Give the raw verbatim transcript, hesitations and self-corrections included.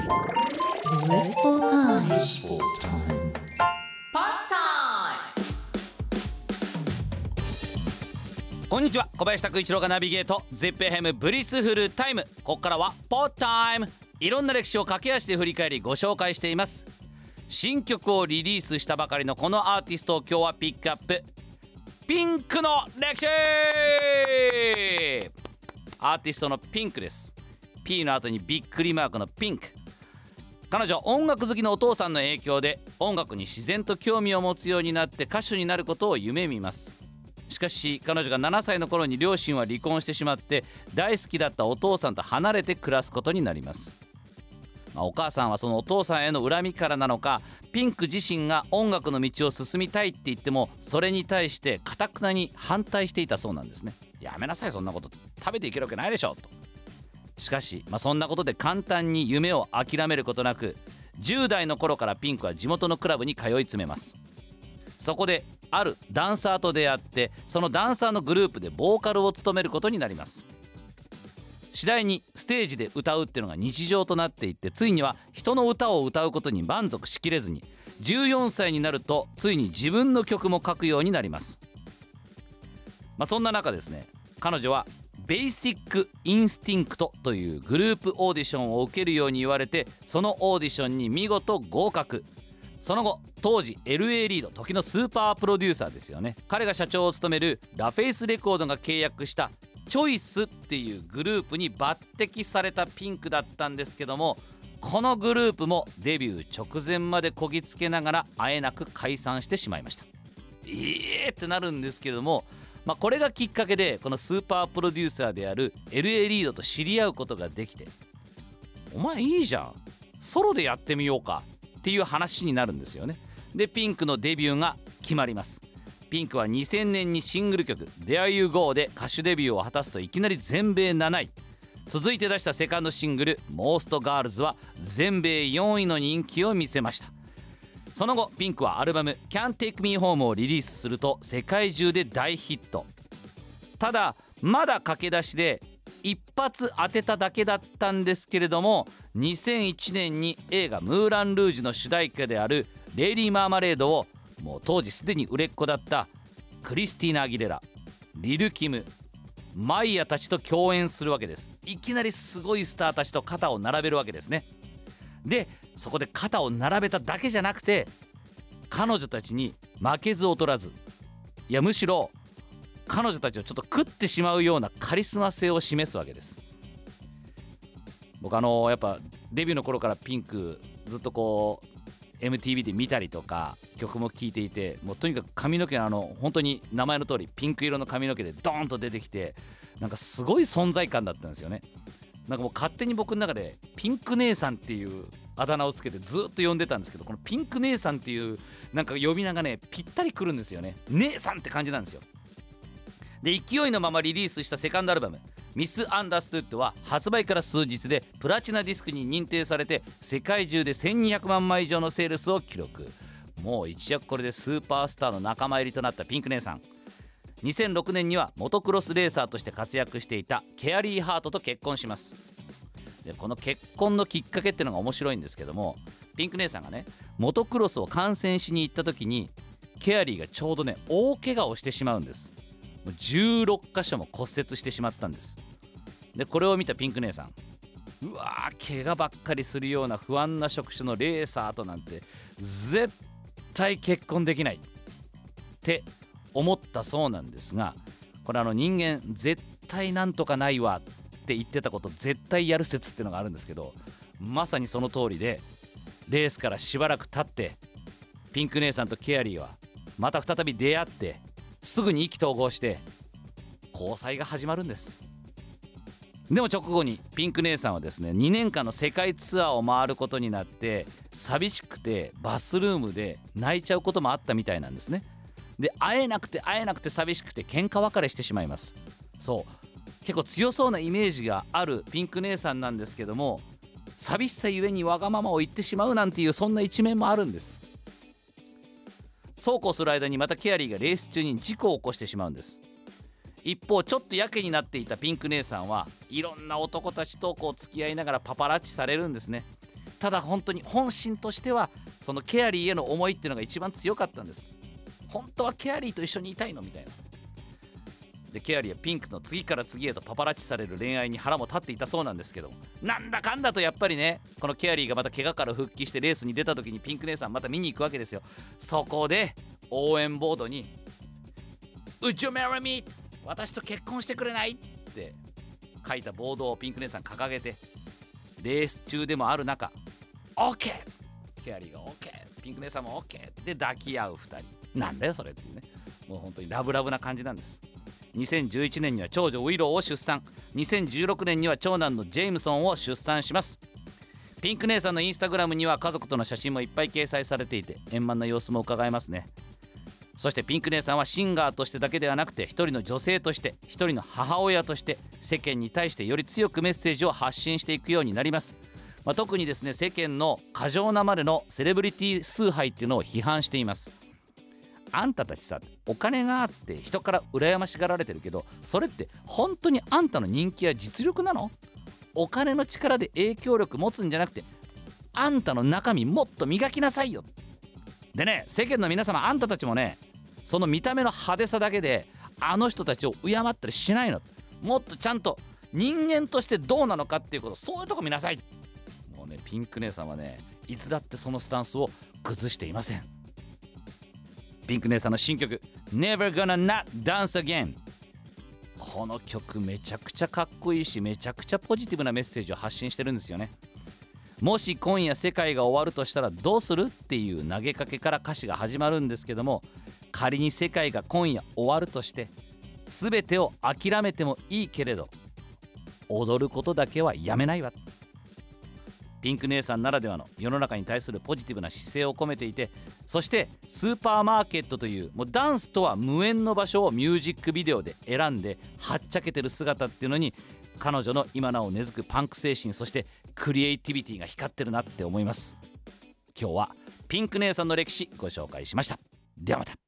Blissful time. Blissful time. Pot time. こんにちは、小林拓一郎がナビゲート ゼップエフエム ブリスフルタイム。ここからはポッタイム。いろんな歴史を駆け足で振り返りご紹介しています。新曲をリリースしたばかりのこのアーティストを今日はピックアップ。ピンクの歴史。アーティストのピンクです。 P の後にびっくりマークのピンク。彼女は音楽好きのお父さんの影響で音楽に自然と興味を持つようになって歌手になることを夢見ます。しかし彼女がななさいの頃に両親は離婚してしまって大好きだったお父さんと離れて暮らすことになります。まあ、お母さんはそのお父さんへの恨みからなのか、ピンク自身が音楽の道を進みたいって言ってもそれに対して頑なに反対していたそうなんですね。やめなさい、そんなこと食べていけるわけないでしょと。しかし、まあ、そんなことで簡単に夢を諦めることなく、じゅう代の頃からピンクは地元のクラブに通い詰めます。そこであるダンサーと出会って、そのダンサーのグループでボーカルを務めることになります。次第にステージで歌うっていうのが日常となっていって、ついには人の歌を歌うことに満足しきれずにじゅうよんさいになるとついに自分の曲も書くようになります。まあ、そんな中ですね、彼女はベーシックインスティンクトというグループオーディションを受けるように言われて、そのオーディションに見事合格。その後、当時 エルエー リード、時のスーパープロデューサーですよね、彼が社長を務めるラフェイスレコードが契約したチョイスっていうグループに抜擢されたピンクだったんですけども、このグループもデビュー直前までこぎつけながらあえなく解散してしまいました。えーってなるんですけれども、まあ、これがきっかけでこのスーパープロデューサーである エルエー リードと知り合うことができて、お前いいじゃん、ソロでやってみようかっていう話になるんですよね。で、ピンクのデビューが決まります。ピンクはにせんねんにシングル曲 There You Go で歌手デビューを果たすと、いきなり全米なない。続いて出したセカンドシングル Most Girls は全米よんいの人気を見せました。その後、ピンクはアルバム Can't Take Me Home をリリースすると世界中で大ヒット。ただまだ駆け出しで一発当てただけだったんですけれども、にせんいちねんに映画ムーラン・ルージュの主題歌であるレイリー・マーマレードを、もう当時すでに売れっ子だったクリスティーナ・アギレラ、リル・キム、マイヤたちと共演するわけです。いきなりすごいスターたちと肩を並べるわけですね。で、そこで肩を並べただけじゃなくて、彼女たちに負けず劣らず、いやむしろ彼女たちをちょっと食ってしまうようなカリスマ性を示すわけです。僕あのやっぱデビューの頃からピンクずっとこう エムティーブイ で見たりとか曲も聴いていて、もうとにかく髪の毛のあの本当に名前の通りピンク色の髪の毛でドーンと出てきて、なんかすごい存在感だったんですよね。なんかもう勝手に僕の中でピンク姉さんっていうあだ名をつけてずっと呼んでたんですけど、このピンク姉さんっていうなんか呼び名がねぴったりくるんですよね。姉さんって感じなんですよ。で、勢いのままリリースしたセカンドアルバムミスアンダーストゥッドは発売から数日でプラチナディスクに認定されて、世界中でせんにひゃくまんまい以上のセールスを記録。もう一躍これでスーパースターの仲間入りとなったピンク姉さん。にせんろくねんにはモトクロスレーサーとして活躍していたケアリー・ハートと結婚します。で、この結婚のきっかけっていうのが面白いんですけども、ピンク姉さんがねモトクロスを観戦しに行った時にケアリーがちょうどね大怪我をしてしまうんです。じゅうろっかしょも骨折してしまったんです。で、これを見たピンク姉さん、うわー、怪我ばっかりするような不安な職種のレーサーとなんて絶対結婚できないって思ったそうなんですが、これあの人間絶対なんとかないわって言ってたこと絶対やる説っていうのがあるんですけど、まさにその通りで、レースからしばらく経ってピンク姉さんとケアリーはまた再び出会ってすぐに意気投合して交際が始まるんです。でも直後にピンク姉さんはですねにねんかんの世界ツアーを回ることになって、寂しくてバスルームで泣いちゃうこともあったみたいなんですね。で、会えなくて会えなくて寂しくて喧嘩別れしてしまいます。そう、結構強そうなイメージがあるピンク姉さんなんですけども、寂しさゆえにわがままを言ってしまうなんていうそんな一面もあるんです。そうこうする間にまたケアリーがレース中に事故を起こしてしまうんです。一方、ちょっとやけになっていたピンク姉さんはいろんな男たちとこう付き合いながらパパラッチされるんですね。 ただ本当に本心としてはそのケアリーへの思いっていうのが一番強かったんです。本当はケアリーと一緒にいたいのみたいな。でケアリーはピンクの次から次へとパパラッチされる恋愛に腹も立っていたそうなんですけど、なんだかんだとやっぱりね、このケアリーがまた怪我から復帰してレースに出た時にピンク姉さんまた見に行くわけですよ。そこで応援ボードに Would you marry me? 私と結婚してくれないって書いたボードをピンク姉さん掲げて、レース中でもある中 OK、 ケアリーが OK、 ピンク姉さんも OK で抱き合うふたり。なんだよそれっていうね、もう本当にラブラブな感じなんです。にせんじゅういちねんには長女ウィローを出産、にせんじゅうろくねんには長男のジェームソンを出産します。ピンク姉さんのインスタグラムには家族との写真もいっぱい掲載されていて、円満な様子も伺えますね。そしてピンク姉さんはシンガーとしてだけではなくて、一人の女性として、一人の母親として世間に対してより強くメッセージを発信していくようになります。まあ、特にですね、世間の過剰なまでのセレブリティ崇拝っていうのを批判しています。あんたたちさ、お金があって人から羨ましがられてるけど、それって本当にあんたの人気や実力なの？お金の力で影響力持つんじゃなくて、あんたの中身もっと磨きなさいよ。でね、世間の皆様、あんたたちもね、その見た目の派手さだけであの人たちを敬ったりしないの。もっとちゃんと人間としてどうなのかっていうこと、そういうとこ見なさい。もうね、ピンク姉さんはね、いつだってそのスタンスを崩していません。ピンク姉さんの新曲 Never Gonna Not Dance Again、 この曲めちゃくちゃかっこいいし、めちゃくちゃポジティブなメッセージを発信してるんですよね。もし今夜世界が終わるとしたらどうするっていう投げかけから歌詞が始まるんですけども、仮に世界が今夜終わるとして全てを諦めてもいいけれど踊ることだけはやめないわ。ピンク姉さんならではの世の中に対するポジティブな姿勢を込めていて、そしてスーパーマーケットというもうダンスとは無縁の場所をミュージックビデオで選んではっちゃけてる姿っていうのに、彼女の今なお根付くパンク精神、そしてクリエイティビティが光ってるなって思います。今日はピンク姉さんの歴史ご紹介しました。ではまた。